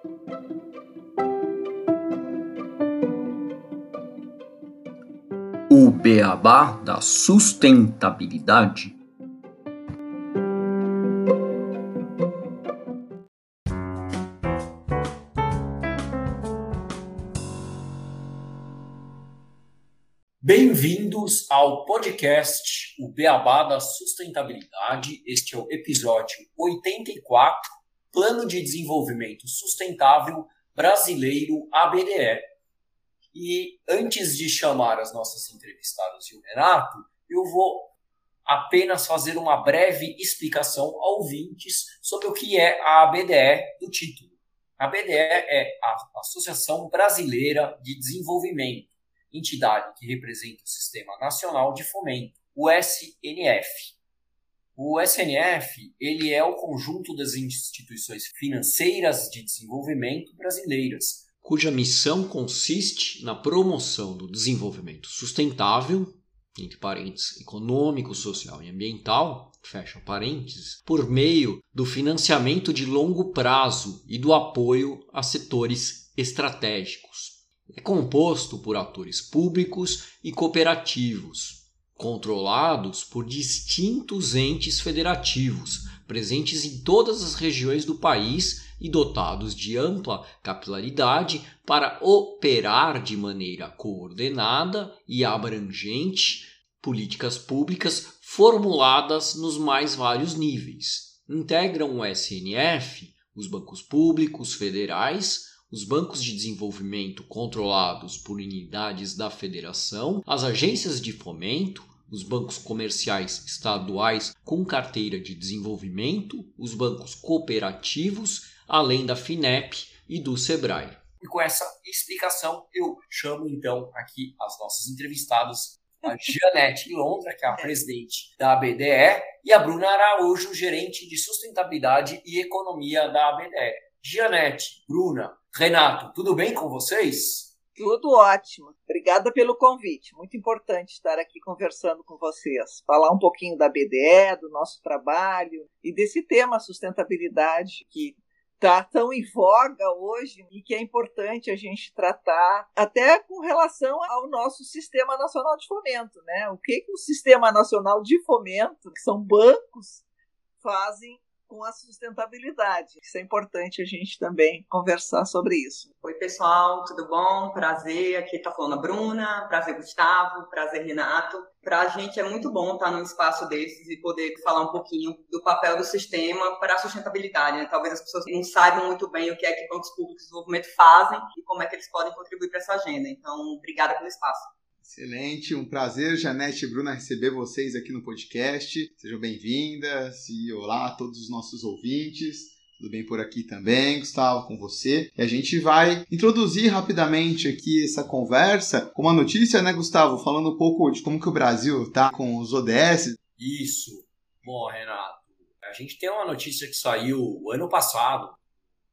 O beabá da sustentabilidade. Bem-vindos ao podcast O Beabá da Sustentabilidade. Este é o episódio 84, Plano de Desenvolvimento Sustentável Brasileiro, ABDE. E antes de chamar as nossas entrevistadas e o Renato, eu vou apenas fazer uma breve explicação a ouvintes sobre o que é a ABDE do título. A ABDE é a Associação Brasileira de Desenvolvimento, entidade que representa o Sistema Nacional de Fomento, o SNF. O SNF ele é o conjunto das instituições financeiras de desenvolvimento brasileiras, cuja missão consiste na promoção do desenvolvimento sustentável, entre parênteses, econômico, social e ambiental, fecha parênteses, por meio do financiamento de longo prazo e do apoio a setores estratégicos. É composto por atores públicos e cooperativos, controlados por distintos entes federativos, presentes em todas as regiões do país e dotados de ampla capilaridade para operar de maneira coordenada e abrangente políticas públicas formuladas nos mais vários níveis. Integram o SNF os bancos públicos federais, os bancos de desenvolvimento controlados por unidades da federação, as agências de fomento, os bancos comerciais estaduais com carteira de desenvolvimento, os bancos cooperativos, além da FINEP e do SEBRAE. E com essa explicação, eu chamo então aqui as nossas entrevistadas, a Janete Londra, que é a presidente da ABDE, e a Bruna Araújo, gerente de sustentabilidade e economia da ABDE. Janete, Bruna, Renato, tudo bem com vocês? Tudo ótimo. Obrigada pelo convite. Muito importante estar aqui conversando com vocês. Falar um pouquinho da BDE, do nosso trabalho e desse tema sustentabilidade que está tão em voga hoje e que é importante a gente tratar até com relação ao nosso Sistema Nacional de Fomento, né? O que o Sistema Nacional de Fomento, que são bancos, fazem com a sustentabilidade. Isso é importante a gente também conversar sobre isso. Oi, pessoal, tudo bom? Prazer, aqui tá falando a Bruna, prazer, Gustavo, prazer, Renato. Pra gente é muito bom estar num espaço desses e poder falar um pouquinho do papel do sistema para a sustentabilidade, né? Talvez as pessoas não saibam muito bem o que é que bancos públicos de desenvolvimento fazem e como é que eles podem contribuir para essa agenda. Então, obrigada pelo espaço. Excelente, um prazer, Janete e Bruna, receber vocês aqui no podcast. Sejam bem-vindas e olá a todos os nossos ouvintes. Tudo bem por aqui também, Gustavo, com você. E a gente vai introduzir rapidamente aqui essa conversa com uma notícia, né, Gustavo? Falando um pouco de como que o Brasil está com os ODS. Isso. Bom, Renato, a gente tem uma notícia que saiu ano passado, no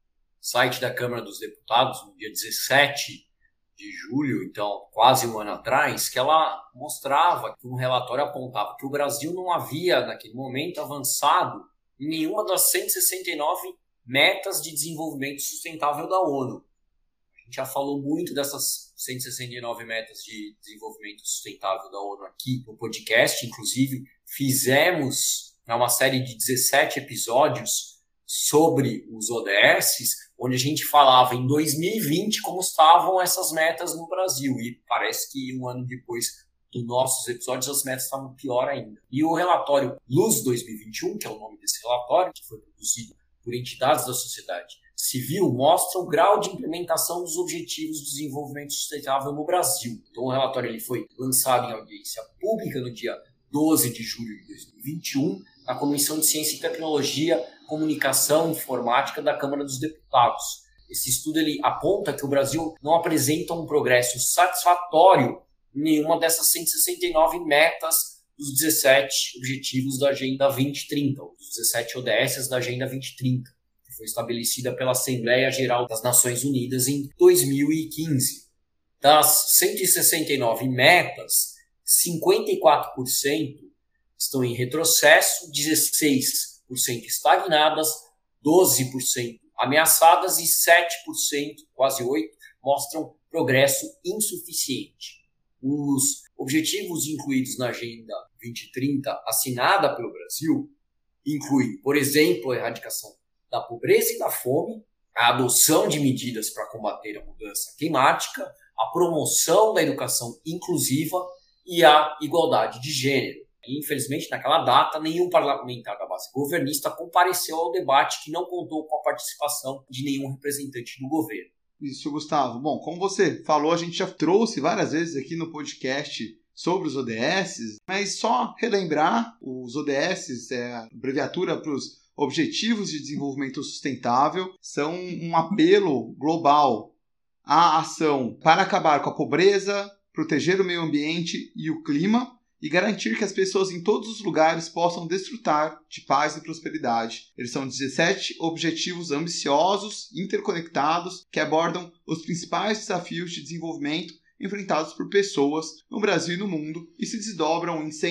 site da Câmara dos Deputados, no dia 17 de julho, então quase um ano atrás, que ela mostrava que um relatório apontava que o Brasil não havia, naquele momento, avançado em nenhuma das 169 metas de desenvolvimento sustentável da ONU. A gente já falou muito dessas 169 metas de desenvolvimento sustentável da ONU aqui no podcast, inclusive fizemos uma série de 17 episódios sobre os ODS, onde a gente falava em 2020 como estavam essas metas no Brasil. E parece que um ano depois dos nossos episódios as metas estavam pior ainda. E o relatório Luz 2021, que é o nome desse relatório, que foi produzido por entidades da sociedade civil, mostra o grau de implementação dos Objetivos de Desenvolvimento Sustentável no Brasil. Então o relatório ele foi lançado em audiência pública no dia 12 de julho de 2021, na Comissão de Ciência e Tecnologia, Comunicação e Informática da Câmara dos Deputados. Esse estudo ele aponta que o Brasil não apresenta um progresso satisfatório em nenhuma dessas 169 metas dos 17 Objetivos da Agenda 2030, os 17 ODS da Agenda 2030, que foi estabelecida pela Assembleia Geral das Nações Unidas em 2015. Das 169 metas, 54% estão em retrocesso, 16% estagnadas, 12% ameaçadas e 7%, quase 8%, mostram progresso insuficiente. Os objetivos incluídos na Agenda 2030, assinada pelo Brasil, incluem, por exemplo, a erradicação da pobreza e da fome, a adoção de medidas para combater a mudança climática, a promoção da educação inclusiva e a igualdade de gênero. E, infelizmente, naquela data, nenhum parlamentar da base governista compareceu ao debate, que não contou com a participação de nenhum representante do governo. Isso, Gustavo. Bom, como você falou, a gente já trouxe várias vezes aqui no podcast sobre os ODS, mas só relembrar, os ODS é a abreviatura para os Objetivos de Desenvolvimento Sustentável, são um apelo global à ação para acabar com a pobreza, proteger o meio ambiente e o clima e garantir que as pessoas em todos os lugares possam desfrutar de paz e prosperidade. Eles são 17 objetivos ambiciosos, interconectados, que abordam os principais desafios de desenvolvimento enfrentados por pessoas no Brasil e no mundo e se desdobram em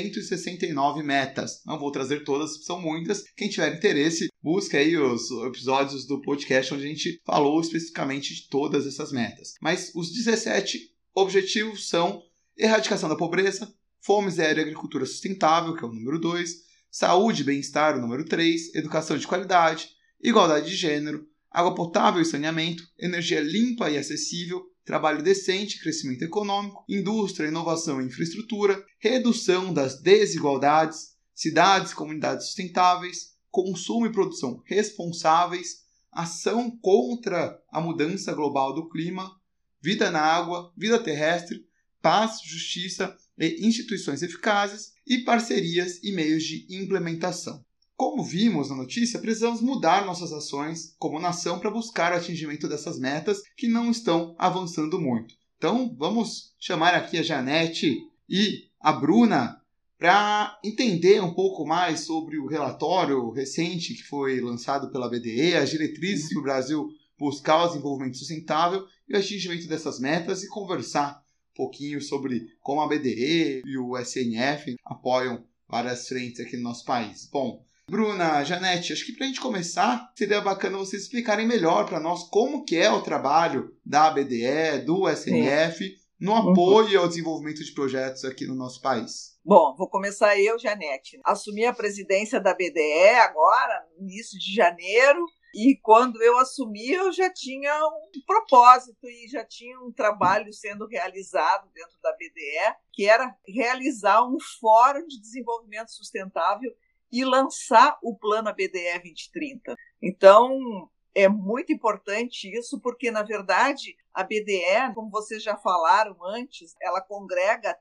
169 metas. Não vou trazer todas, são muitas. Quem tiver interesse, busque aí os episódios do podcast onde a gente falou especificamente de todas essas metas. Mas os 17 objetivos são erradicação da pobreza, fome zero e agricultura sustentável, que é o número 2, saúde e bem-estar, o número 3, educação de qualidade, igualdade de gênero, água potável e saneamento, energia limpa e acessível, trabalho decente, crescimento econômico, indústria, inovação e infraestrutura, redução das desigualdades, cidades e comunidades sustentáveis, consumo e produção responsáveis, ação contra a mudança global do clima, vida na água, vida terrestre, paz, justiça e instituições eficazes e parcerias e meios de implementação. Como vimos na notícia, precisamos mudar nossas ações como nação para buscar o atingimento dessas metas que não estão avançando muito. Então, vamos chamar aqui a Janete e a Bruna para entender um pouco mais sobre o relatório recente que foi lançado pela BDE, as diretrizes para o Brasil buscar o desenvolvimento sustentável e o atingimento dessas metas e conversar um pouquinho sobre como a BDE e o SNF apoiam várias frentes aqui no nosso país. Bom, Bruna, Janete, acho que para a gente começar, seria bacana vocês explicarem melhor para nós como que é o trabalho da BDE, do SNF, no apoio ao desenvolvimento de projetos aqui no nosso país. Bom, vou começar eu, Janete. Assumi a presidência da BDE agora, no início de janeiro, e quando eu assumi, eu já tinha um propósito e já tinha um trabalho sendo realizado dentro da BDE, que era realizar um fórum de desenvolvimento sustentável e lançar o plano BDE 2030. Então, é muito importante isso, porque, na verdade, a BDE, como vocês já falaram antes, ela congrega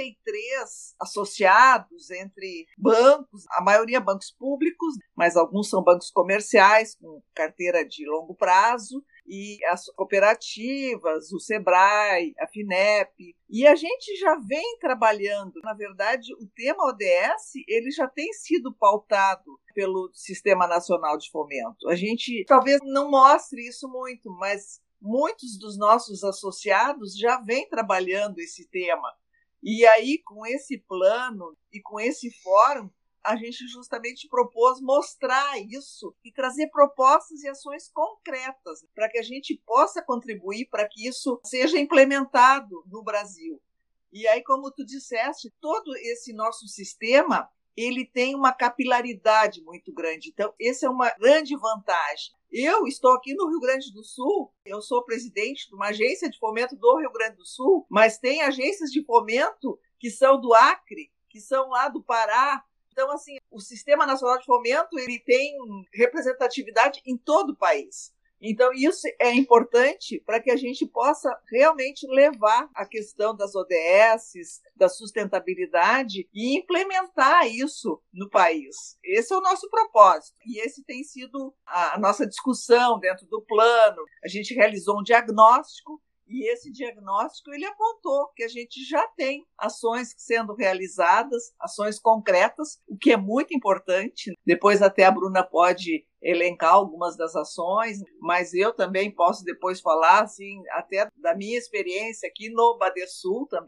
33 associados entre bancos, a maioria bancos públicos, mas alguns são bancos comerciais, com carteira de longo prazo, e as cooperativas, o SEBRAE, a FINEP. E a gente já vem trabalhando. Na verdade, o tema ODS ele já tem sido pautado pelo Sistema Nacional de Fomento. A gente talvez não mostre isso muito, mas muitos dos nossos associados já vêm trabalhando esse tema. E aí, com esse plano e com esse fórum, a gente justamente propôs mostrar isso e trazer propostas e ações concretas para que a gente possa contribuir para que isso seja implementado no Brasil. E aí, como tu disseste, todo esse nosso sistema ele tem uma capilaridade muito grande. Então, essa é uma grande vantagem. Eu estou aqui no Rio Grande do Sul, eu sou presidente de uma agência de fomento do Rio Grande do Sul, mas tem agências de fomento que são do Acre, que são lá do Pará. Então, assim, o Sistema Nacional de Fomento ele tem representatividade em todo o país. Então, isso é importante para que a gente possa realmente levar a questão das ODS, da sustentabilidade e implementar isso no país. Esse é o nosso propósito e esse tem sido a nossa discussão dentro do plano. A gente realizou um diagnóstico e esse diagnóstico ele apontou que a gente já tem ações sendo realizadas, ações concretas, o que é muito importante. Depois até a Bruna pode elencar algumas das ações, mas eu também posso depois falar assim, até da minha experiência aqui no Badesul também,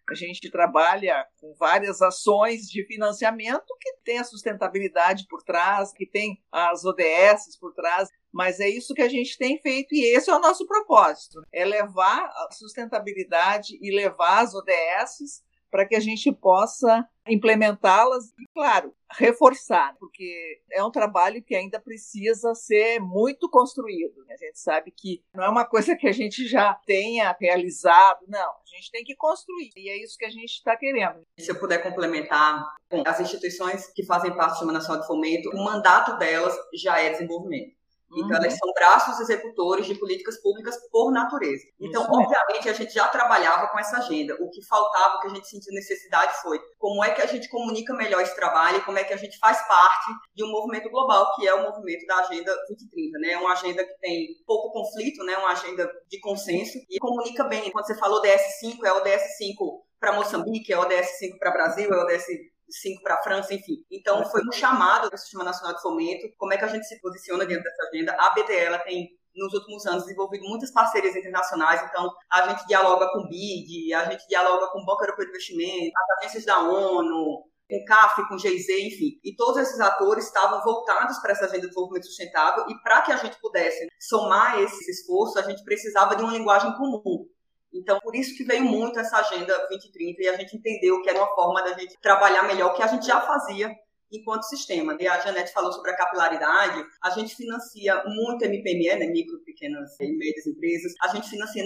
A gente trabalha com várias ações de financiamento que tem a sustentabilidade por trás, que tem as ODS por trás, mas é isso que a gente tem feito e esse é o nosso propósito, é levar a sustentabilidade e levar as ODS para que a gente possa implementá-las e, claro, reforçar, porque é um trabalho que ainda precisa ser muito construído. A gente sabe que não é uma coisa que a gente já tenha realizado, não, a gente tem que construir, e é isso que a gente está querendo. Se eu puder complementar, as instituições que fazem parte do Sistema Nacional de Fomento, o mandato delas já é desenvolvimento. Então, elas são braços executores de políticas públicas por natureza. Então, obviamente, a gente já trabalhava com essa agenda. O que faltava, o que a gente sentiu necessidade foi como é que a gente comunica melhor esse trabalho e como é que a gente faz parte de um movimento global, que é o movimento da Agenda 2030, né? É uma agenda que tem pouco conflito, né? Uma agenda de consenso e comunica bem. Quando você fala ODS 5, é ODS 5 para Moçambique, é ODS 5 para Brasil, é ODS 5 para a França, enfim. Então, foi um chamado do Sistema Nacional de Fomento, como é que a gente se posiciona dentro dessa agenda. A BDE, ela tem, nos últimos anos, desenvolvido muitas parcerias internacionais, então, a gente dialoga com o BID, a gente dialoga com o Banco Europeu de Investimento, as agências da ONU, com o CAF, com o GIZ, enfim. E todos esses atores estavam voltados para essa agenda de desenvolvimento sustentável e para que a gente pudesse somar esse esforço, a gente precisava de uma linguagem comum. Então, por isso que veio muito essa Agenda 2030 e a gente entendeu que era uma forma da gente trabalhar melhor o que a gente já fazia enquanto sistema. E a Janete falou sobre a capilaridade, a gente financia muito MPME, né, micro, pequenas e médias empresas, a gente financia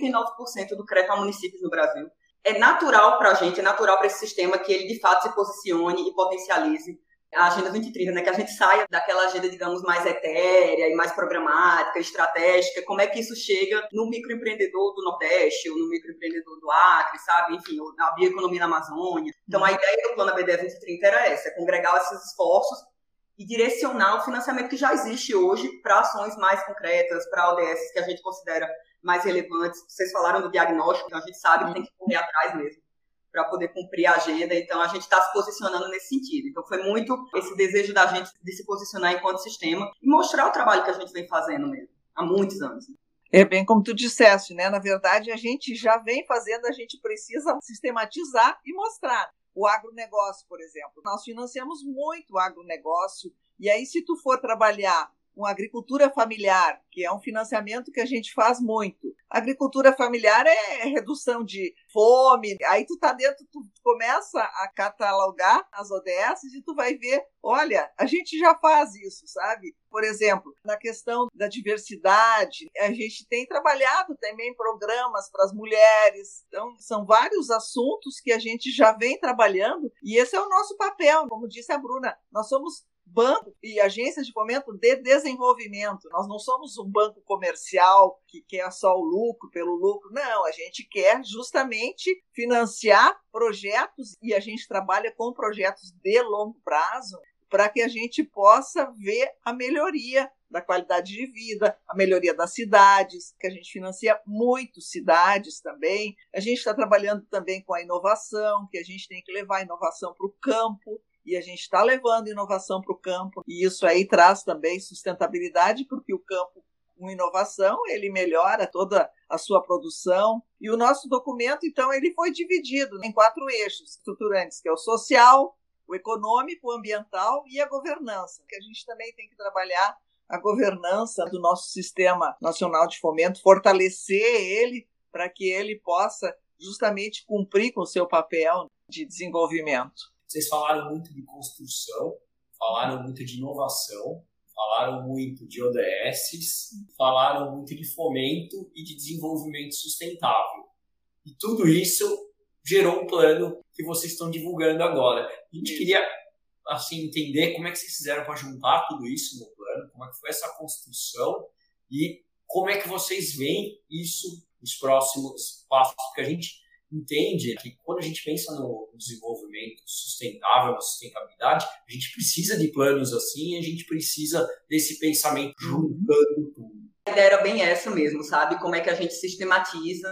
99% do crédito a municípios no Brasil. É natural para a gente, é natural para esse sistema que ele de fato se posicione e potencialize a Agenda 2030, né? Que a gente saia daquela agenda, digamos, mais etérea e mais programática, estratégica, como é que isso chega no microempreendedor do Nordeste, ou no microempreendedor do Acre, sabe? Enfim, ou na bioeconomia na Amazônia. Então, a ideia do Plano ABDE 2030 era essa, é congregar esses esforços e direcionar o financiamento que já existe hoje para ações mais concretas, para ODS que a gente considera mais relevantes. Vocês falaram do diagnóstico, então a gente sabe que tem que correr atrás mesmo para poder cumprir a agenda, então a gente está se posicionando nesse sentido. Então foi muito esse desejo da gente de se posicionar enquanto sistema e mostrar o trabalho que a gente vem fazendo mesmo, há muitos anos. É bem como tu disseste, né? Na verdade, a gente já vem fazendo, a gente precisa sistematizar e mostrar. O agronegócio, por exemplo. Nós financiamos muito o agronegócio, e aí se tu for trabalhar com agricultura familiar, que é um financiamento que a gente faz muito. Agricultura familiar é redução de fome, aí tu tá dentro, tu começa a catalogar as ODS e tu vai ver, olha, a gente já faz isso, sabe? Por exemplo, na questão da diversidade, a gente tem trabalhado também programas para as mulheres, então são vários assuntos que a gente já vem trabalhando e esse é o nosso papel, como disse a Bruna, nós somos banco e agências de fomento de desenvolvimento. Nós não somos um banco comercial que quer só o lucro pelo lucro. Não, a gente quer justamente financiar projetos e a gente trabalha com projetos de longo prazo para que a gente possa ver a melhoria da qualidade de vida, a melhoria das cidades, que a gente financia muito cidades também. A gente está trabalhando também com a inovação, que a gente tem que levar a inovação para o campo. E a gente está levando inovação para o campo, e isso aí traz também sustentabilidade, porque o campo, com inovação, ele melhora toda a sua produção. E o nosso documento, então, ele foi dividido em 4 eixos estruturantes, que é o social, o econômico, o ambiental e a governança, que a gente também tem que trabalhar a governança do nosso Sistema Nacional de Fomento, fortalecer ele para que ele possa justamente cumprir com o seu papel de desenvolvimento. Vocês falaram muito de construção, falaram muito de inovação, falaram muito de ODS, falaram muito de fomento e de desenvolvimento sustentável. E tudo isso gerou um plano que vocês estão divulgando agora. A gente queria assim, entender como é que vocês fizeram para juntar tudo isso no plano, como é que foi essa construção e como é que vocês veem isso nos próximos passos, porque a gente entende que quando a gente pensa no desenvolvimento sustentável, na sustentabilidade, a gente precisa de planos assim, a gente precisa desse pensamento juntando tudo. A ideia era bem essa mesmo, sabe? Como é que a gente sistematiza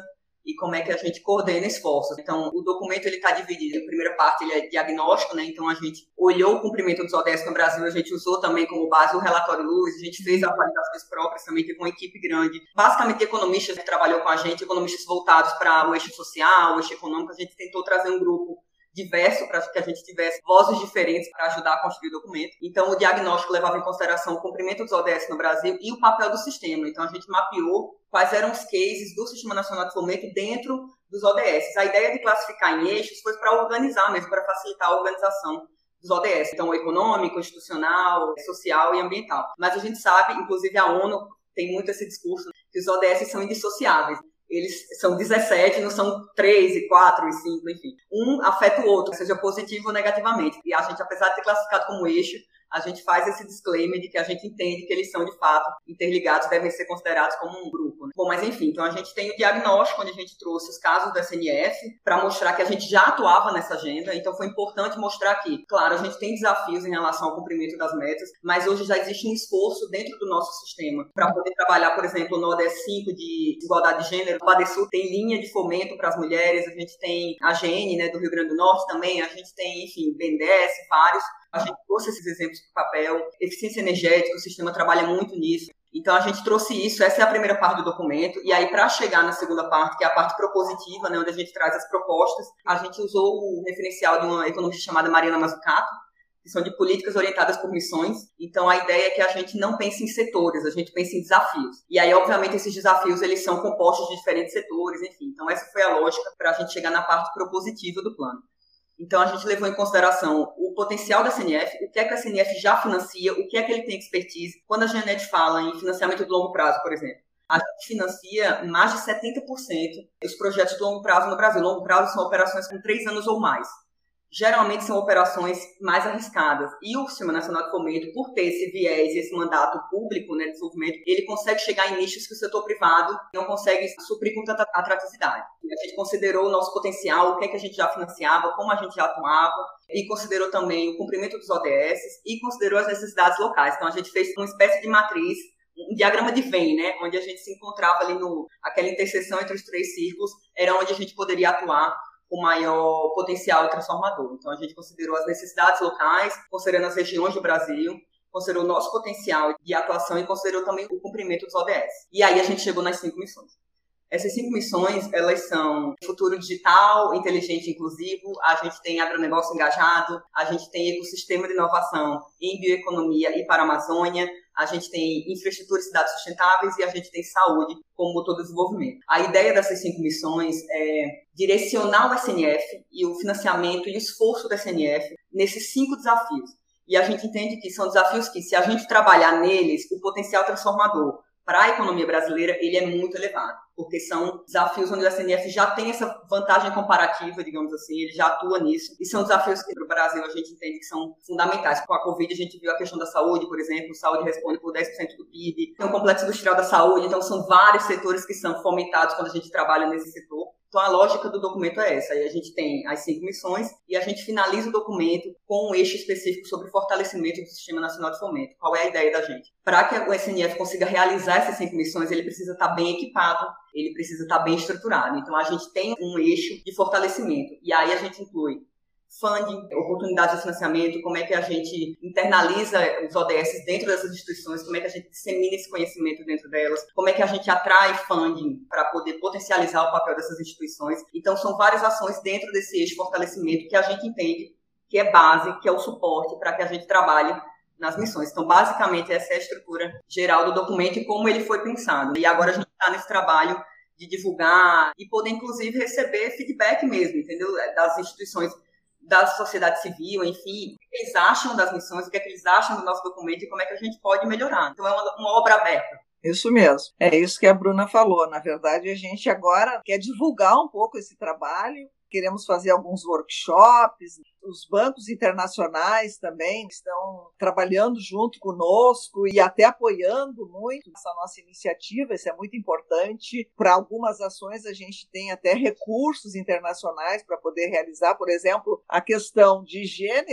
e como é que a gente coordena esforços. Então, o documento está dividido. A primeira parte ele é diagnóstico, né? Então, a gente olhou o cumprimento dos ODS no Brasil, a gente usou também como base o relatório Luz, a gente fez avaliações próprias também, teve uma equipe grande, basicamente economistas que trabalhou com a gente, economistas voltados para o eixo social, o eixo econômico. A gente tentou trazer um grupo diverso para que a gente tivesse vozes diferentes para ajudar a construir o documento. Então, o diagnóstico levava em consideração o cumprimento dos ODS no Brasil e o papel do sistema. Então, a gente mapeou quais eram os cases do Sistema Nacional de Fomento dentro dos ODS. A ideia de classificar em eixos foi para organizar mesmo, para facilitar a organização dos ODS. Então, o econômico, institucional, social e ambiental. Mas a gente sabe, inclusive a ONU tem muito esse discurso, que os ODS são indissociáveis. Eles são 17, não são 3, e 4, e 5, enfim. Um afeta o outro, seja positivo ou negativamente. E a gente, apesar de ter classificado como eixo, a gente faz esse disclaimer de que a gente entende que eles são, de fato, interligados, devem ser considerados como um grupo, né? Bom, mas enfim, então a gente tem o diagnóstico, onde a gente trouxe os casos do SNF para mostrar que a gente já atuava nessa agenda, então foi importante mostrar que, claro, a gente tem desafios em relação ao cumprimento das metas, mas hoje já existe um esforço dentro do nosso sistema para poder trabalhar, por exemplo, no ODS 5 de igualdade de gênero. O Badesul tem linha de fomento para as mulheres, a gente tem a AGN, né, do Rio Grande do Norte também, a gente tem, enfim, BNDES, vários. A gente trouxe esses exemplos para o papel. Eficiência energética, o sistema trabalha muito nisso. Então, a gente trouxe isso, essa é a primeira parte do documento. E aí, para chegar na segunda parte, que é a parte propositiva, né, onde a gente traz as propostas, a gente usou o referencial de uma economista chamada Mariana Mazzucato, que são de políticas orientadas por missões. Então, a ideia é que a gente não pense em setores, a gente pense em desafios. E aí, obviamente, esses desafios, eles são compostos de diferentes setores, enfim. Então, essa foi a lógica para a gente chegar na parte propositiva do plano. Então, a gente levou em consideração o potencial da SNF, o que é que a SNF já financia, o que é que ele tem expertise. Quando a Janete fala em financiamento de longo prazo, por exemplo, a gente financia mais de 70% dos projetos de longo prazo no Brasil. Longo prazo são operações com 3 anos ou mais. Geralmente são operações mais arriscadas. E o Sistema Nacional de Fomento, por ter esse viés, esse mandato público, né, de desenvolvimento, ele consegue chegar em nichos que o setor privado não consegue suprir com tanta atratividade. A gente considerou o nosso potencial, o que é que a gente já financiava, como a gente já atuava, e considerou também o cumprimento dos ODS e considerou as necessidades locais. Então, a gente fez uma espécie de matriz, um diagrama de Venn, né, onde a gente se encontrava ali aquela interseção entre os 3 círculos, era onde a gente poderia atuar com maior potencial transformador. Então, a gente considerou as necessidades locais, considerando as regiões do Brasil, considerou o nosso potencial de atuação e considerou também o cumprimento dos ODS. E aí, a gente chegou nas 5 missões. Essas 5 missões, elas são futuro digital, inteligente e inclusivo, a gente tem agronegócio engajado, a gente tem ecossistema de inovação em bioeconomia e para a Amazônia, a gente tem infraestrutura e cidades sustentáveis e a gente tem saúde como motor do desenvolvimento. A ideia dessas 5 missões é direcionar o SNF e o financiamento e o esforço do SNF nesses 5 desafios. E a gente entende que são desafios que, se a gente trabalhar neles, o potencial transformador para a economia brasileira, ele é muito elevado, porque são desafios onde o SNF já tem essa vantagem comparativa, digamos assim, ele já atua nisso, e são desafios que para o Brasil a gente entende que são fundamentais. Com a Covid a gente viu a questão da saúde, por exemplo, saúde responde por 10% do PIB, tem o complexo industrial da saúde, então são vários setores que são fomentados quando a gente trabalha nesse setor. Então, a lógica do documento é essa. Aí a gente tem as 5 missões e a gente finaliza o documento com um eixo específico sobre fortalecimento do Sistema Nacional de Fomento. Qual é a ideia da gente? Para que o SNF consiga realizar essas 5 missões, ele precisa estar bem equipado, ele precisa estar bem estruturado. Então, a gente tem um eixo de fortalecimento. E aí a gente inclui funding, oportunidades de financiamento, como é que a gente internaliza os ODS dentro dessas instituições, como é que a gente dissemina esse conhecimento dentro delas, como é que a gente atrai funding para poder potencializar o papel dessas instituições. Então, são várias ações dentro desse eixo de fortalecimento que a gente entende que é base, que é o suporte para que a gente trabalhe nas missões. Então, basicamente, essa é a estrutura geral do documento e como ele foi pensado. E agora a gente está nesse trabalho de divulgar e poder, inclusive, receber feedback mesmo, entendeu? Das instituições, da sociedade civil, enfim, o que eles acham das missões, o que é que eles acham do nosso documento e como é que a gente pode melhorar. Então, é uma obra aberta. Isso mesmo. É isso que a Bruna falou. Na verdade, a gente agora quer divulgar um pouco esse trabalho. Queremos fazer alguns workshops. Os bancos internacionais também estão trabalhando junto conosco e até apoiando muito essa nossa iniciativa. Isso é muito importante. Para algumas ações, a gente tem até recursos internacionais para poder realizar. Por exemplo, a questão de gênero.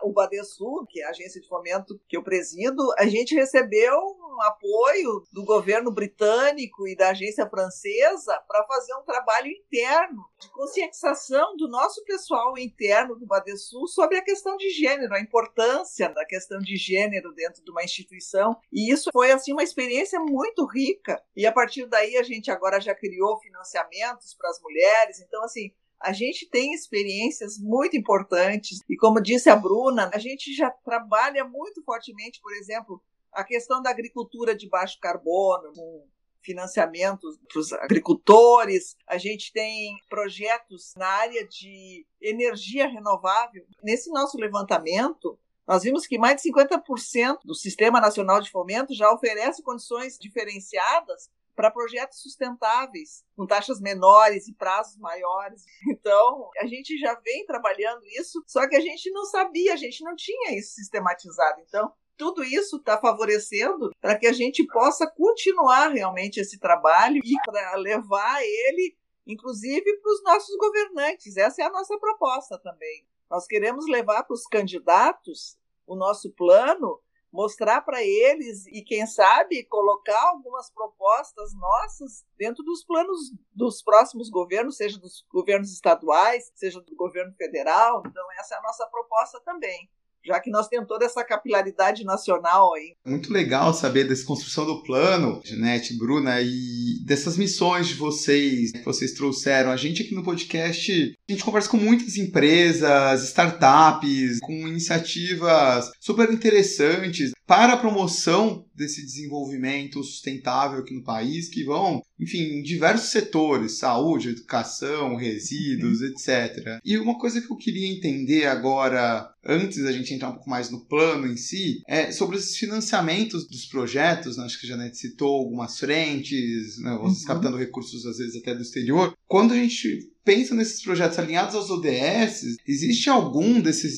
o Badesul, que é a agência de fomento que eu presido, a gente recebeu um apoio do governo britânico e da agência francesa para fazer um trabalho interno de conscientização do nosso pessoal interno do Badesul sobre a questão de gênero, a importância da questão de gênero dentro de uma instituição. E isso foi assim uma experiência muito rica. E a partir daí a gente agora já criou financiamentos para as mulheres. Então, assim, a gente tem experiências muito importantes e, como disse a Bruna, a gente já trabalha muito fortemente, por exemplo, a questão da agricultura de baixo carbono, com financiamentos para os agricultores. A gente tem projetos na área de energia renovável. Nesse nosso levantamento, nós vimos que mais de 50% do Sistema Nacional de Fomento já oferece condições diferenciadas para projetos sustentáveis, com taxas menores e prazos maiores. Então, a gente já vem trabalhando isso, só que a gente não sabia, a gente não tinha isso sistematizado. Então, tudo isso está favorecendo para que a gente possa continuar realmente esse trabalho e para levar ele, inclusive, para os nossos governantes. Essa é a nossa proposta também. Nós queremos levar para os candidatos o nosso plano, mostrar para eles e, quem sabe, colocar algumas propostas nossas dentro dos planos dos próximos governos, seja dos governos estaduais, seja do governo federal. Então, essa é a nossa proposta também, já que nós temos toda essa capilaridade nacional aí. Muito legal saber dessa construção do plano, Janete, Bruna, e dessas missões de vocês, que vocês trouxeram. A gente aqui no podcast, a gente conversa com muitas empresas, startups, com iniciativas super interessantes para a promoção desse desenvolvimento sustentável aqui no país, que vão, enfim, em diversos setores, saúde, educação, resíduos, etc. E uma coisa que eu queria entender agora, antes da gente entrar um pouco mais no plano em si, é sobre esses financiamentos dos projetos, né? Acho que a Janete citou algumas frentes, né? Vocês captando recursos, às vezes, até do exterior. Quando a gente pensa nesses projetos alinhados aos ODS, existe algum desses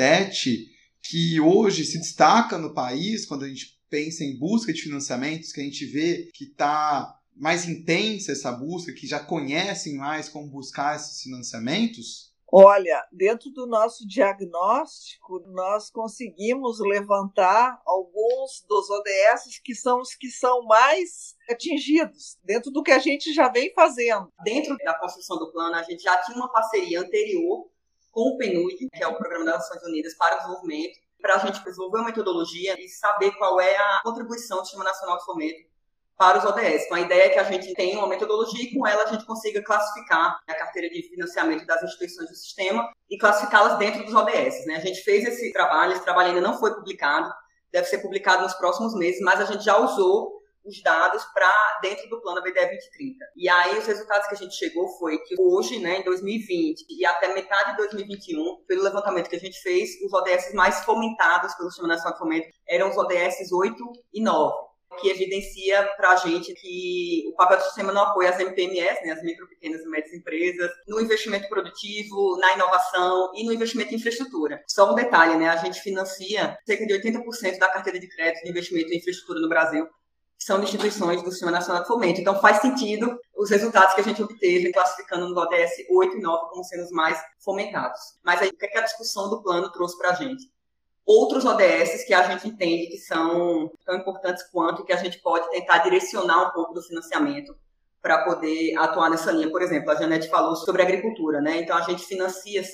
17 que hoje se destaca no país, quando a gente pensa em busca de financiamentos, que a gente vê que está mais intensa essa busca, que já conhecem mais como buscar esses financiamentos? Olha, dentro do nosso diagnóstico, nós conseguimos levantar alguns dos ODS que são os que são mais atingidos, dentro do que a gente já vem fazendo. Dentro da construção do plano, a gente já tinha uma parceria anterior com o PNUD, que é o Programa das Nações Unidas para o Desenvolvimento, para a gente desenvolver uma metodologia e saber qual é a contribuição do Sistema Nacional de Fomento para os ODS. Então, a ideia é que a gente tenha uma metodologia e, com ela, a gente consiga classificar a carteira de financiamento das instituições do sistema e classificá-las dentro dos ODS, né? A gente fez esse trabalho ainda não foi publicado, deve ser publicado nos próximos meses, mas a gente já usou os dados para dentro do plano BDE 2030. E aí, os resultados que a gente chegou foi que hoje, né, em 2020 e até metade de 2021, pelo levantamento que a gente fez, os ODS mais fomentados pelo Sistema Nacional de Fomento eram os ODS 8 e 9, que evidencia para a gente que o papel do sistema no apoio às MPMS, né, as micro, pequenas e médias empresas, no investimento produtivo, na inovação e no investimento em infraestrutura. Só um detalhe, né, a gente financia cerca de 80% da carteira de crédito de investimento em infraestrutura no Brasil, que são de instituições do Sistema Nacional de Fomento. Então, faz sentido os resultados que a gente obteve classificando nos ODS 8 e 9 como sendo os mais fomentados. Mas aí, o que a discussão do plano trouxe para a gente? Outros ODS que a gente entende que são tão importantes quanto e que a gente pode tentar direcionar um pouco do financiamento para poder atuar nessa linha. Por exemplo, a Janete falou sobre agricultura, né? Então, a gente financia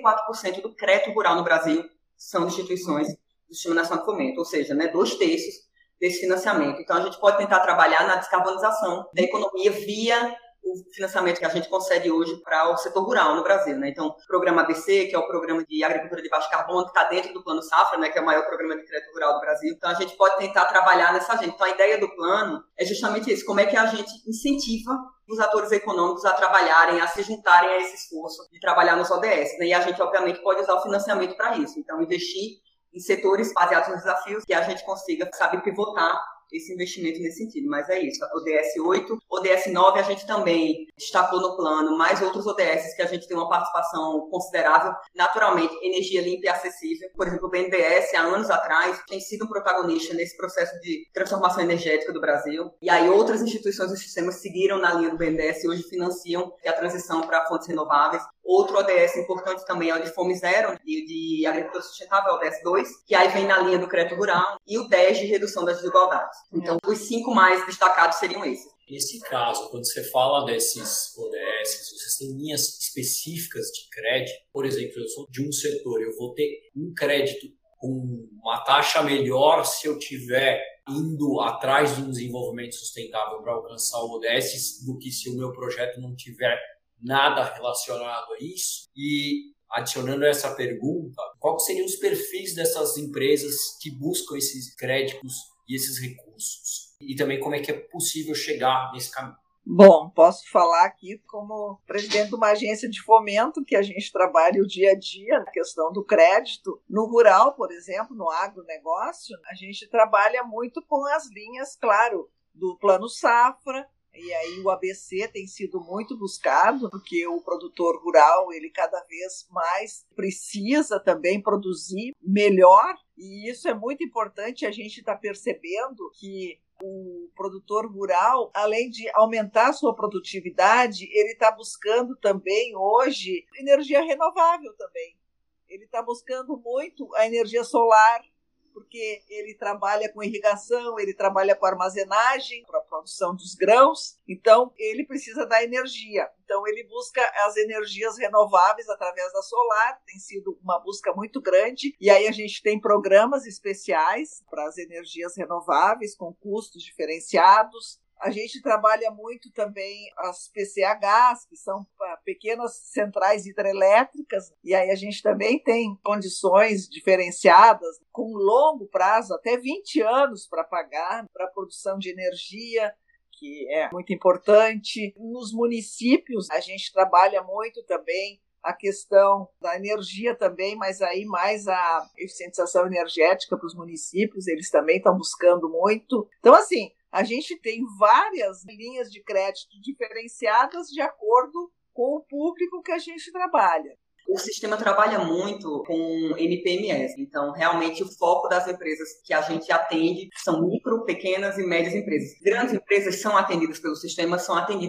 74% do crédito rural no Brasil, são de instituições do Sistema Nacional de Fomento, ou seja, né, 2/3 desse financiamento. Então, a gente pode tentar trabalhar na descarbonização da economia via o financiamento que a gente concede hoje para o setor rural no Brasil, né? Então, o programa ABC, que é o programa de agricultura de baixo carbono, que está dentro do Plano Safra, né, que é o maior programa de crédito rural do Brasil. Então, a gente pode tentar trabalhar nessa agenda. Então, a ideia do plano é justamente isso, como é que a gente incentiva os atores econômicos a trabalharem, a se juntarem a esse esforço de trabalhar nos ODS, né? E a gente, obviamente, pode usar o financiamento para isso. Então, investir em setores baseados nos desafios que a gente consiga, sabe, pivotar esse investimento nesse sentido. Mas é isso, ODS 8, ODS 9 a gente também destacou no plano, mais outros ODS que a gente tem uma participação considerável, naturalmente, energia limpa e acessível. Por exemplo, o BNDES, há anos atrás, tem sido um protagonista nesse processo de transformação energética do Brasil. E aí outras instituições do sistema seguiram na linha do BNDES e hoje financiam a transição para fontes renováveis. Outro ODS importante também é o de Fome Zero e de Agricultura Sustentável, o ODS 2, que aí vem na linha do crédito rural, e o 10 de redução das desigualdades. Então, os 5 mais destacados seriam esses. Nesse caso, quando você fala desses ODS, vocês têm linhas específicas de crédito? Por exemplo, eu sou de um setor, eu vou ter um crédito com uma taxa melhor se eu tiver indo atrás de um desenvolvimento sustentável para alcançar o ODS do que se o meu projeto não tiver nada relacionado a isso. E adicionando essa pergunta, quais seriam os perfis dessas empresas que buscam esses créditos e esses recursos? E também como é que é possível chegar nesse caminho? Bom, posso falar aqui como presidente de uma agência de fomento que a gente trabalha o dia a dia na questão do crédito. No rural, por exemplo, no agronegócio, a gente trabalha muito com as linhas, claro, do Plano Safra. E aí o ABC tem sido muito buscado, porque o produtor rural, ele cada vez mais precisa também produzir melhor. E isso é muito importante, a gente está percebendo que o produtor rural, além de aumentar a sua produtividade, ele está buscando também hoje energia renovável também. Ele está buscando muito a energia solar, porque ele trabalha com irrigação, ele trabalha com armazenagem para a produção dos grãos, então ele precisa da energia. Então ele busca as energias renováveis através da solar, tem sido uma busca muito grande, e aí a gente tem programas especiais para as energias renováveis com custos diferenciados. A gente trabalha muito também as PCHs, que são pequenas centrais hidrelétricas, e aí a gente também tem condições diferenciadas, com longo prazo, até 20 anos para pagar, para a produção de energia, que é muito importante. Nos municípios, a gente trabalha muito também a questão da energia também, mas aí mais a eficientização energética para os municípios, eles também estão buscando muito. Então, assim, a gente tem várias linhas de crédito diferenciadas de acordo com o público que a gente trabalha. O sistema trabalha muito com MPMS, então realmente o foco das empresas que a gente atende são micro, pequenas e médias empresas. Grandes empresas são atendidas pelo sistema,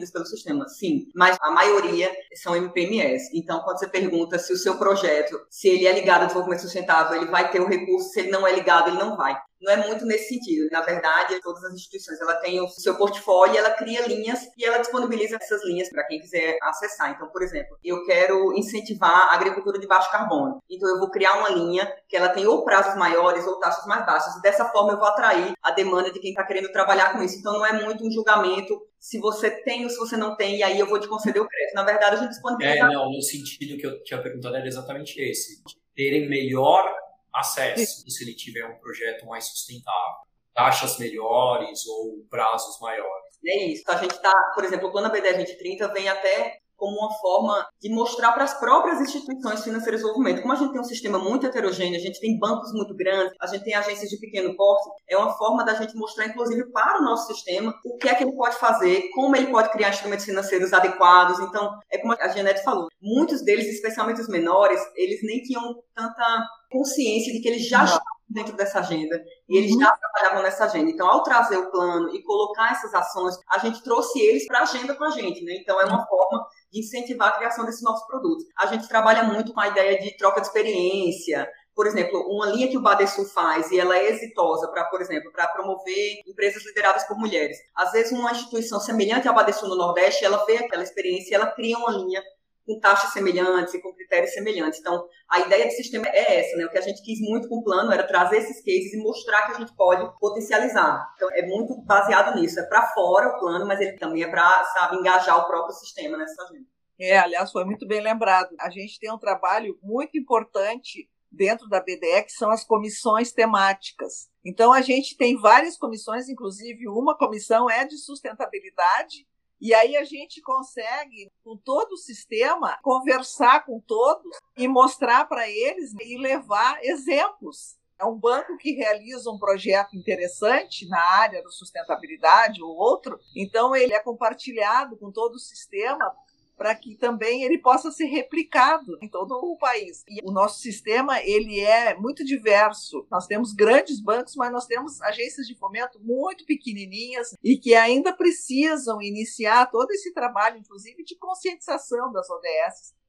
sim, mas a maioria são MPMS. Então, quando você pergunta se o seu projeto, se ele é ligado ao desenvolvimento sustentável, ele vai ter o recurso, se ele não é ligado, ele não vai. Não é muito nesse sentido. Na verdade, todas as instituições, ela tem o seu portfólio, ela cria linhas e ela disponibiliza essas linhas para quem quiser acessar. Então, por exemplo, eu quero incentivar a agricultura de baixo carbono. Então, eu vou criar uma linha que ela tem ou prazos maiores ou taxas mais baixas. E dessa forma, eu vou atrair a demanda de quem está querendo trabalhar com isso. Então, não é muito um julgamento se você tem ou se você não tem, e aí eu vou te conceder o crédito. Na verdade, a gente disponibiliza... Não, no sentido que eu tinha perguntado era exatamente esse. Terem melhor acesso, se ele tiver um projeto mais sustentável, taxas melhores ou prazos maiores. É isso. A gente está, por exemplo, o Plano BD 2030 vem até como uma forma de mostrar para as próprias instituições financeiras de desenvolvimento. Como a gente tem um sistema muito heterogêneo, a gente tem bancos muito grandes, a gente tem agências de pequeno porte, é uma forma da gente mostrar, inclusive, para o nosso sistema, o que é que ele pode fazer, como ele pode criar instrumentos financeiros adequados. Então, é como a Janete falou, muitos deles, especialmente os menores, eles nem tinham tanta consciência de que eles já estavam dentro dessa agenda e eles já trabalhavam nessa agenda. Então, ao trazer o plano e colocar essas ações, a gente trouxe eles para a agenda com a gente, né? Então, é uma forma de incentivar a criação desses novos produtos. A gente trabalha muito com a ideia de troca de experiência. Por exemplo, uma linha que o Badesul faz e ela é exitosa para, por exemplo, para promover empresas lideradas por mulheres. Às vezes, uma instituição semelhante ao Badesul no Nordeste, ela vê aquela experiência e ela cria uma linha com taxas semelhantes e com critérios semelhantes. Então, a ideia do sistema é essa, né? O que a gente quis muito com o plano era trazer esses cases e mostrar que a gente pode potencializar. Então, é muito baseado nisso. É para fora o plano, mas ele também é para, engajar o próprio sistema nessa agenda. Aliás, foi muito bem lembrado. A gente tem um trabalho muito importante dentro da BDE, que são as comissões temáticas. Então, a gente tem várias comissões, inclusive uma comissão é de sustentabilidade. E aí a gente consegue, com todo o sistema, conversar com todos e mostrar para eles e levar exemplos. É um banco que realiza um projeto interessante na área da sustentabilidade ou outro, então ele é compartilhado com todo o sistema para que também ele possa ser replicado em todo o país. E o nosso sistema, ele é muito diverso. Nós temos grandes bancos, mas nós temos agências de fomento muito pequenininhas e que ainda precisam iniciar todo esse trabalho, inclusive de conscientização das ODS.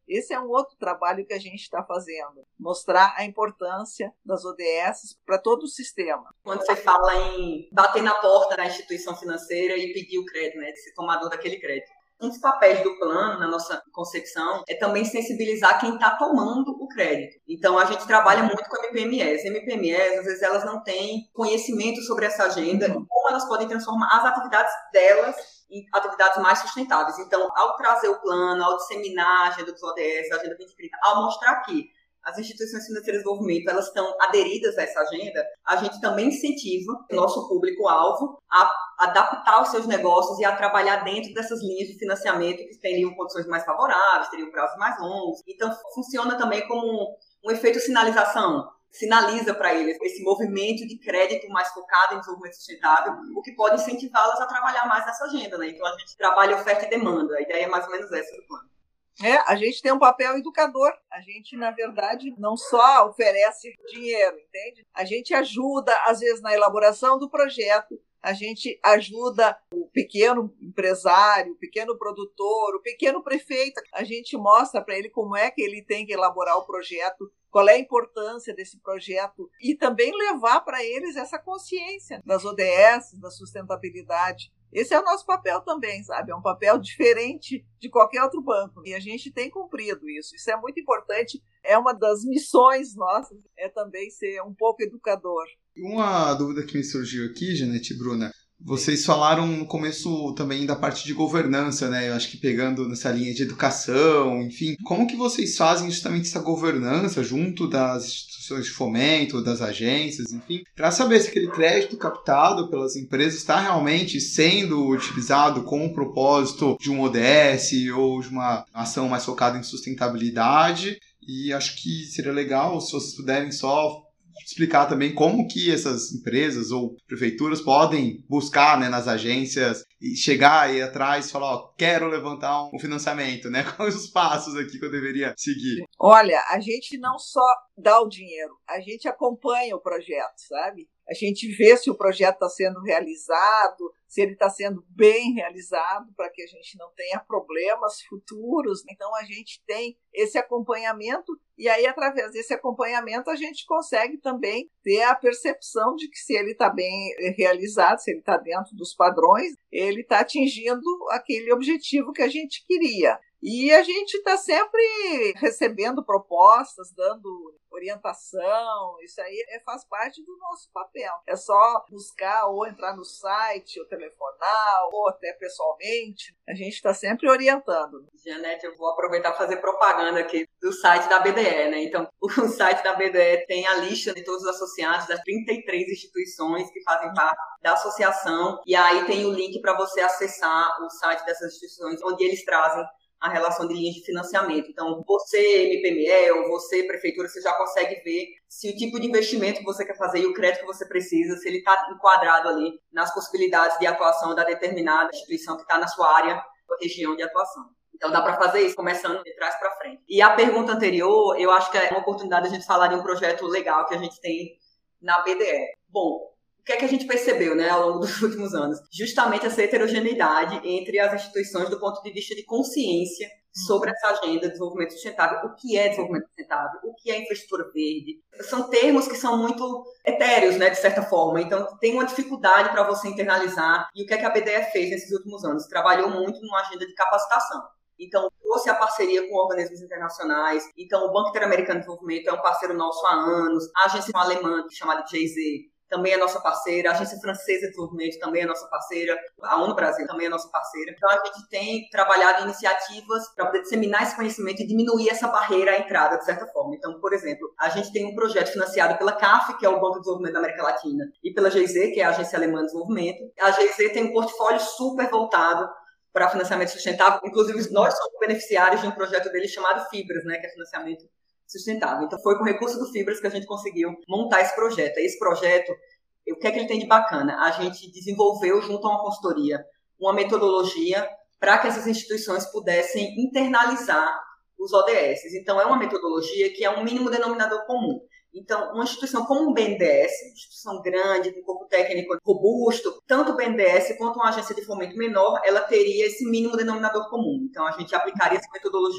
Esse é um outro trabalho que a gente está fazendo, mostrar a importância das ODS para todo o sistema. Quando você fala em bater na porta da instituição financeira e pedir o crédito, né, de ser tomador daquele crédito. Um dos papéis do plano, na nossa concepção, é também sensibilizar quem está tomando o crédito. Então, a gente trabalha muito com MPMEs. MPMEs, às vezes, elas não têm conhecimento sobre essa agenda e como elas podem transformar as atividades delas em atividades mais sustentáveis. Então, ao trazer o plano, ao disseminar a agenda dos ODS, a agenda 2030, ao mostrar que as instituições financeiras de desenvolvimento elas estão aderidas a essa agenda, a gente também incentiva o nosso público-alvo a adaptar os seus negócios e a trabalhar dentro dessas linhas de financiamento que teriam condições mais favoráveis, teriam prazos mais longos. Então, funciona também como um efeito sinalização. Sinaliza para eles esse movimento de crédito mais focado em desenvolvimento sustentável, o que pode incentivá-las a trabalhar mais nessa agenda, né? Então, a gente trabalha oferta e demanda. A ideia é mais ou menos essa do plano. A gente tem um papel educador. A gente, na verdade, não só oferece dinheiro, entende? A gente ajuda, às vezes, na elaboração do projeto, a gente ajuda o pequeno empresário, o pequeno produtor, o pequeno prefeito. A gente mostra para ele como é que ele tem que elaborar o projeto, qual é a importância desse projeto e também levar para eles essa consciência das ODS, da sustentabilidade. Esse é o nosso papel também, sabe? É um papel diferente de qualquer outro banco. E a gente tem cumprido isso. Isso é muito importante. É uma das missões nossas, é também ser um pouco educador. Uma dúvida que me surgiu aqui, Janete e Bruna, vocês falaram no começo também da parte de governança, né? Eu acho que pegando nessa linha de educação, enfim. Como que vocês fazem justamente essa governança junto das instituições de fomento, das agências, enfim, para saber se aquele crédito captado pelas empresas está realmente sendo utilizado com o propósito de um ODS ou de uma ação mais focada em sustentabilidade? E acho que seria legal se vocês puderem só explicar também como que essas empresas ou prefeituras podem buscar, né, nas agências e chegar aí atrás e falar, quero levantar um financiamento, né? Quais os passos aqui que eu deveria seguir? Olha, a gente não só dá o dinheiro, a gente acompanha o projeto, sabe? A gente vê se o projeto está sendo realizado, se ele está sendo bem realizado, para que a gente não tenha problemas futuros. Então, a gente tem esse acompanhamento e aí, através desse acompanhamento, a gente consegue também ter a percepção de que se ele está bem realizado, se ele está dentro dos padrões, ele está atingindo aquele objetivo que a gente queria. E a gente está sempre recebendo propostas, dando orientação, isso aí faz parte do nosso papel. É só buscar ou entrar no site, ou telefonar, ou até pessoalmente. A gente está sempre orientando. Janete, eu vou aproveitar para fazer propaganda aqui do site da BDE, né? Então, o site da BDE tem a lista de todos os associados das 33 instituições que fazem parte da associação, e aí tem o link para você acessar o site dessas instituições, onde eles trazem a relação de linhas de financiamento. Então, você, MPME, ou você, prefeitura, você já consegue ver se o tipo de investimento que você quer fazer e o crédito que você precisa, se ele está enquadrado ali nas possibilidades de atuação da determinada instituição que está na sua área ou região de atuação. Então, dá para fazer isso, começando de trás para frente. E a pergunta anterior, eu acho que é uma oportunidade de a gente falar de um projeto legal que a gente tem na BDE. Bom, o que é que a gente percebeu, né, ao longo dos últimos anos? Justamente essa heterogeneidade entre as instituições do ponto de vista de consciência sobre essa agenda de desenvolvimento sustentável. O que é desenvolvimento sustentável? O que é infraestrutura verde? São termos que são muito etéreos, né, de certa forma. Então, tem uma dificuldade para você internalizar. E o que é que a BDE fez nesses últimos anos? Trabalhou muito numa agenda de capacitação. Então, trouxe a parceria com organismos internacionais. Então, o Banco Interamericano de Desenvolvimento é um parceiro nosso há anos. A agência alemã, chamada GIZ, também é nossa parceira, a Agência Francesa de Desenvolvimento também é nossa parceira, a ONU Brasil também é nossa parceira. Então, a gente tem trabalhado em iniciativas para poder disseminar esse conhecimento e diminuir essa barreira à entrada, de certa forma. Então, por exemplo, a gente tem um projeto financiado pela CAF, que é o Banco de Desenvolvimento da América Latina, e pela GIZ, que é a Agência Alemã de Desenvolvimento. A GIZ tem um portfólio super voltado para financiamento sustentável. Inclusive, nós somos beneficiários de um projeto dele chamado Fibras, né, que é financiamento sustentável. Então, foi com o recurso do Fibras que a gente conseguiu montar esse projeto. Esse projeto, o que é que ele tem de bacana? A gente desenvolveu, junto a uma consultoria, uma metodologia para que essas instituições pudessem internalizar os ODS. Então, é uma metodologia que é um mínimo denominador comum. Então, uma instituição como o BNDES, uma instituição grande, com corpo técnico robusto, tanto o BNDES quanto uma agência de fomento menor, ela teria esse mínimo denominador comum. Então, a gente aplicaria essa metodologia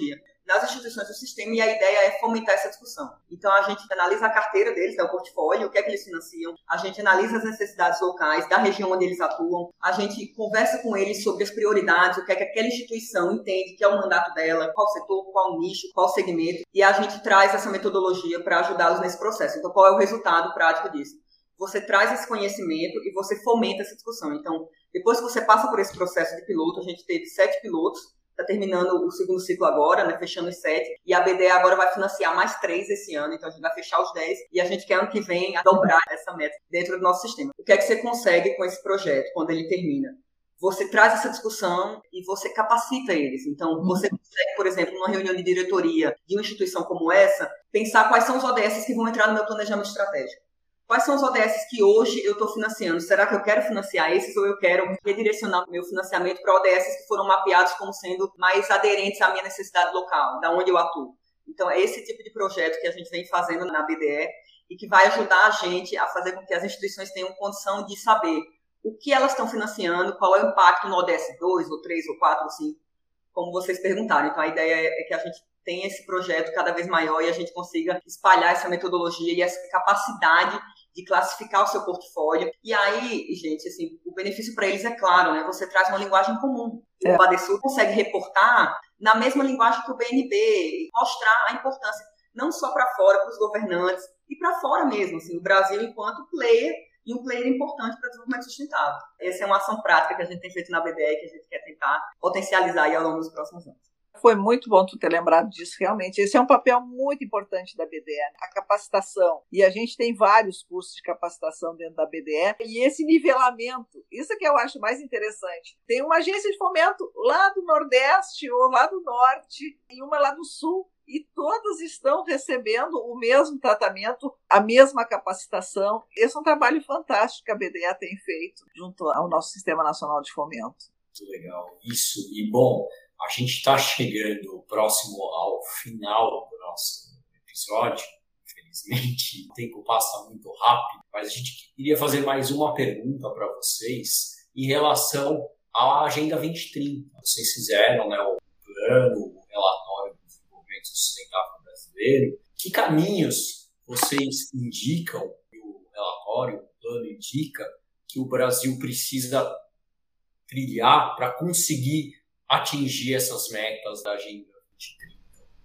das instituições do sistema, e a ideia é fomentar essa discussão. Então, a gente analisa a carteira deles, o portfólio, o que é que eles financiam, a gente analisa as necessidades locais da região onde eles atuam, a gente conversa com eles sobre as prioridades, o que é que aquela instituição entende que é o mandato dela, qual setor, qual nicho, qual segmento, e a gente traz essa metodologia para ajudá-los nesse processo. Então, qual é o resultado prático disso? Você traz esse conhecimento e você fomenta essa discussão. Então, depois que você passa por esse processo de piloto, a gente teve 7 pilotos, está terminando o segundo ciclo agora, né, fechando os 7, e a BDE agora vai financiar mais 3 esse ano, então a gente vai fechar os 10, e a gente quer ano que vem dobrar essa meta dentro do nosso sistema. O que é que você consegue com esse projeto, quando ele termina? Você traz essa discussão e você capacita eles. Então, você consegue, por exemplo, numa reunião de diretoria de uma instituição como essa, pensar quais são os ODS que vão entrar no meu planejamento estratégico. Quais são os ODS que hoje eu estou financiando? Será que eu quero financiar esses ou eu quero redirecionar o meu financiamento para ODS que foram mapeados como sendo mais aderentes à minha necessidade local, da onde eu atuo? Então, é esse tipo de projeto que a gente vem fazendo na BDE e que vai ajudar a gente a fazer com que as instituições tenham condição de saber o que elas estão financiando, qual é o impacto no ODS 2, ou 3, ou 4, ou 5, como vocês perguntaram. Então, a ideia é que a gente tenha esse projeto cada vez maior e a gente consiga espalhar essa metodologia e essa capacidade de classificar o seu portfólio. E aí, gente, assim, o benefício para eles é claro, né? Você traz uma linguagem comum. O Badesul consegue reportar na mesma linguagem que o BNB e mostrar a importância, não só para fora, para os governantes, e para fora mesmo, assim, o Brasil enquanto player, e um player importante para o desenvolvimento sustentável. Essa é uma ação prática que a gente tem feito na BDE, que a gente quer tentar potencializar aí ao longo dos próximos anos. Foi muito bom tu ter lembrado disso, realmente. Esse é um papel muito importante da BDE, a capacitação. E a gente tem vários cursos de capacitação dentro da BDE. E esse nivelamento, isso é que eu acho mais interessante. Tem uma agência de fomento lá do Nordeste ou lá do Norte e uma lá do Sul. E todas estão recebendo o mesmo tratamento, a mesma capacitação. Esse é um trabalho fantástico que a BDE tem feito junto ao nosso Sistema Nacional de Fomento. Muito legal. Isso. E, bom, a gente está chegando próximo ao final do nosso episódio. Infelizmente, o tempo passa muito rápido. Mas a gente queria fazer mais uma pergunta para vocês em relação à Agenda 2030. Vocês fizeram, né, o plano, o relatório do desenvolvimento sustentável brasileiro. Que caminhos vocês indicam, e o relatório, o plano indica, que o Brasil precisa trilhar para conseguir atingir essas metas da Agenda 2030?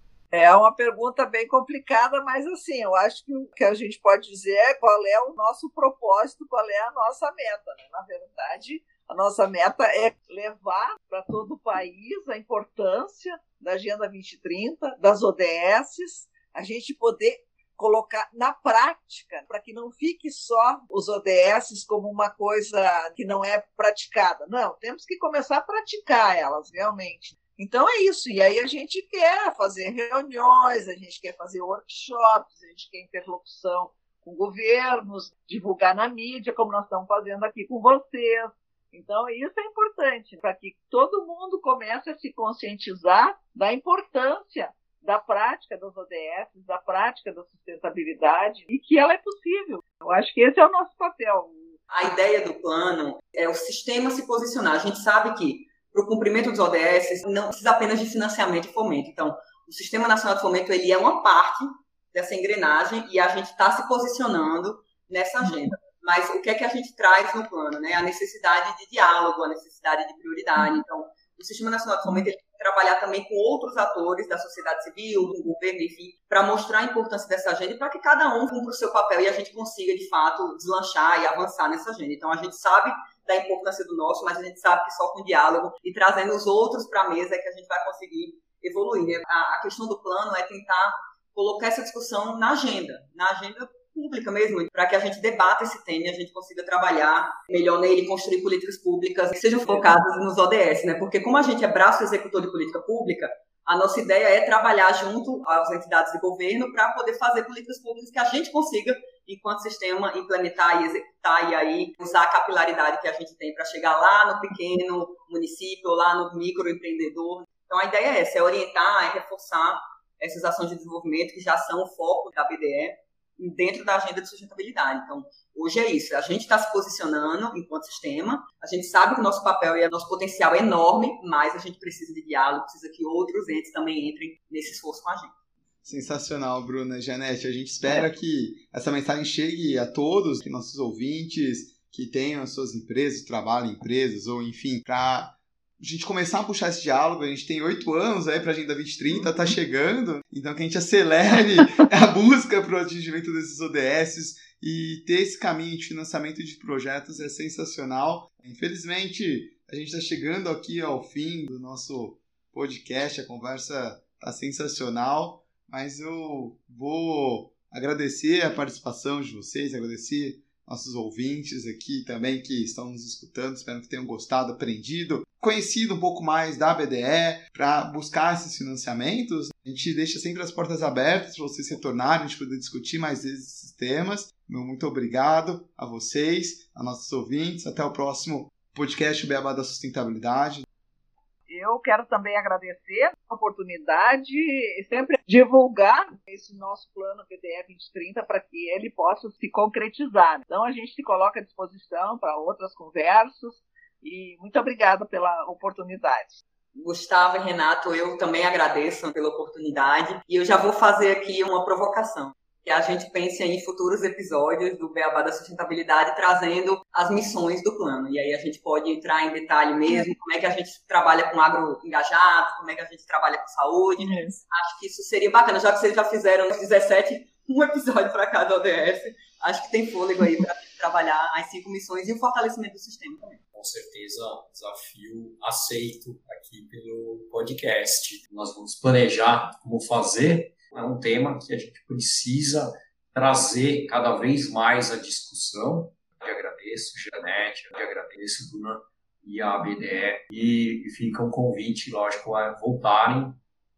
É uma pergunta bem complicada, mas assim, eu acho que o que a gente pode dizer é qual é o nosso propósito, qual é a nossa meta, né? Na verdade, a nossa meta é levar para todo o país a importância da Agenda 2030, das ODS, a gente poder colocar na prática, para que não fique só os ODS como uma coisa que não é praticada. Não, temos que começar a praticar elas, realmente. Então é isso, e aí a gente quer fazer reuniões, a gente quer fazer workshops, a gente quer interlocução com governos, divulgar na mídia, como nós estamos fazendo aqui com vocês. Então isso é importante, para que todo mundo comece a se conscientizar da importância da prática das ODS, da prática da sustentabilidade, e que ela é possível. Eu acho que esse é o nosso papel. A ideia do plano é o sistema se posicionar. A gente sabe que, para o cumprimento dos ODS, não precisa apenas de financiamento e fomento. Então, o Sistema Nacional de Fomento ele é uma parte dessa engrenagem e a gente está se posicionando nessa agenda. Mas o que é que a gente traz no plano? Né? A necessidade de diálogo, a necessidade de prioridade. Então, o Sistema Nacional de Fomento ele tem que trabalhar também com outros atores da sociedade civil, do governo, enfim, para mostrar a importância dessa agenda e para que cada um cumpra o seu papel e a gente consiga, de fato, deslanchar e avançar nessa agenda. Então, a gente sabe da importância do nosso, mas a gente sabe que só com diálogo e trazendo os outros para a mesa é que a gente vai conseguir evoluir. A questão do plano é tentar colocar essa discussão na agenda pública mesmo, para que a gente debata esse tema e a gente consiga trabalhar melhor nele e construir políticas públicas que sejam focadas nos ODS, né? Porque como a gente é braço executor de política pública, a nossa ideia é trabalhar junto às entidades de governo para poder fazer políticas públicas que a gente consiga, enquanto sistema, implementar e executar e aí usar a capilaridade que a gente tem para chegar lá no pequeno município, lá no microempreendedor. Então a ideia é essa, é orientar, é reforçar essas ações de desenvolvimento que já são o foco da BDE dentro da agenda de sustentabilidade. Então, hoje é isso, a gente está se posicionando enquanto sistema, a gente sabe que o nosso papel e o nosso potencial é enorme, mas a gente precisa de diálogo, precisa que outros entes também entrem nesse esforço com a gente. Sensacional, Bruna, Janete. A gente espera que essa mensagem chegue a todos, que nossos ouvintes que tenham as suas empresas, trabalham em empresas, ou enfim, para a gente começar a puxar esse diálogo. A gente tem 8 anos aí para a Agenda 2030, tá chegando, então que a gente acelere a busca para o atingimento desses ODS e ter esse caminho de financiamento de projetos é sensacional. Infelizmente, a gente está chegando aqui ao fim do nosso podcast, a conversa está sensacional, mas eu vou agradecer a participação de vocês, agradecer nossos ouvintes aqui também que estão nos escutando, espero que tenham gostado, aprendido, conhecido um pouco mais da BDE para buscar esses financiamentos. A gente deixa sempre as portas abertas para vocês retornarem, a gente poder discutir mais vezes esses temas. Muito obrigado a vocês, a nossos ouvintes. Até o próximo podcast Beabá da Sustentabilidade. Eu quero também agradecer a oportunidade e sempre divulgar esse nosso plano BDE 2030 para que ele possa se concretizar. Então, a gente se coloca à disposição para outras conversas e muito obrigada pela oportunidade. Gustavo e Renato, eu também agradeço pela oportunidade e eu já vou fazer aqui uma provocação. Que a gente pense em futuros episódios do Beabá da Sustentabilidade trazendo as missões do plano. E aí a gente pode entrar em detalhe mesmo, como é que a gente trabalha com agro engajado, como é que a gente trabalha com saúde. Acho que isso seria bacana, já que vocês já fizeram os 17, um episódio para cada ODS. Acho que tem fôlego aí para trabalhar as 5 missões e o fortalecimento do sistema também. Com certeza, desafio aceito aqui pelo podcast. Nós vamos planejar como fazer. É um tema que a gente precisa trazer cada vez mais à discussão. Eu agradeço, Janete, eu agradeço, Bruna, e a BDE. E fica um convite, lógico, a voltarem,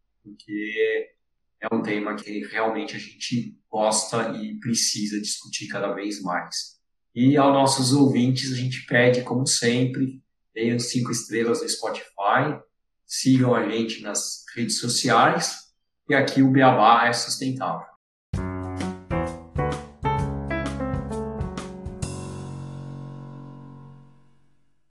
porque é um tema que realmente a gente gosta e precisa discutir cada vez mais. E aos nossos ouvintes, a gente pede, como sempre, deem 5 estrelas no Spotify, sigam a gente nas redes sociais. E aqui o Beabá é sustentável.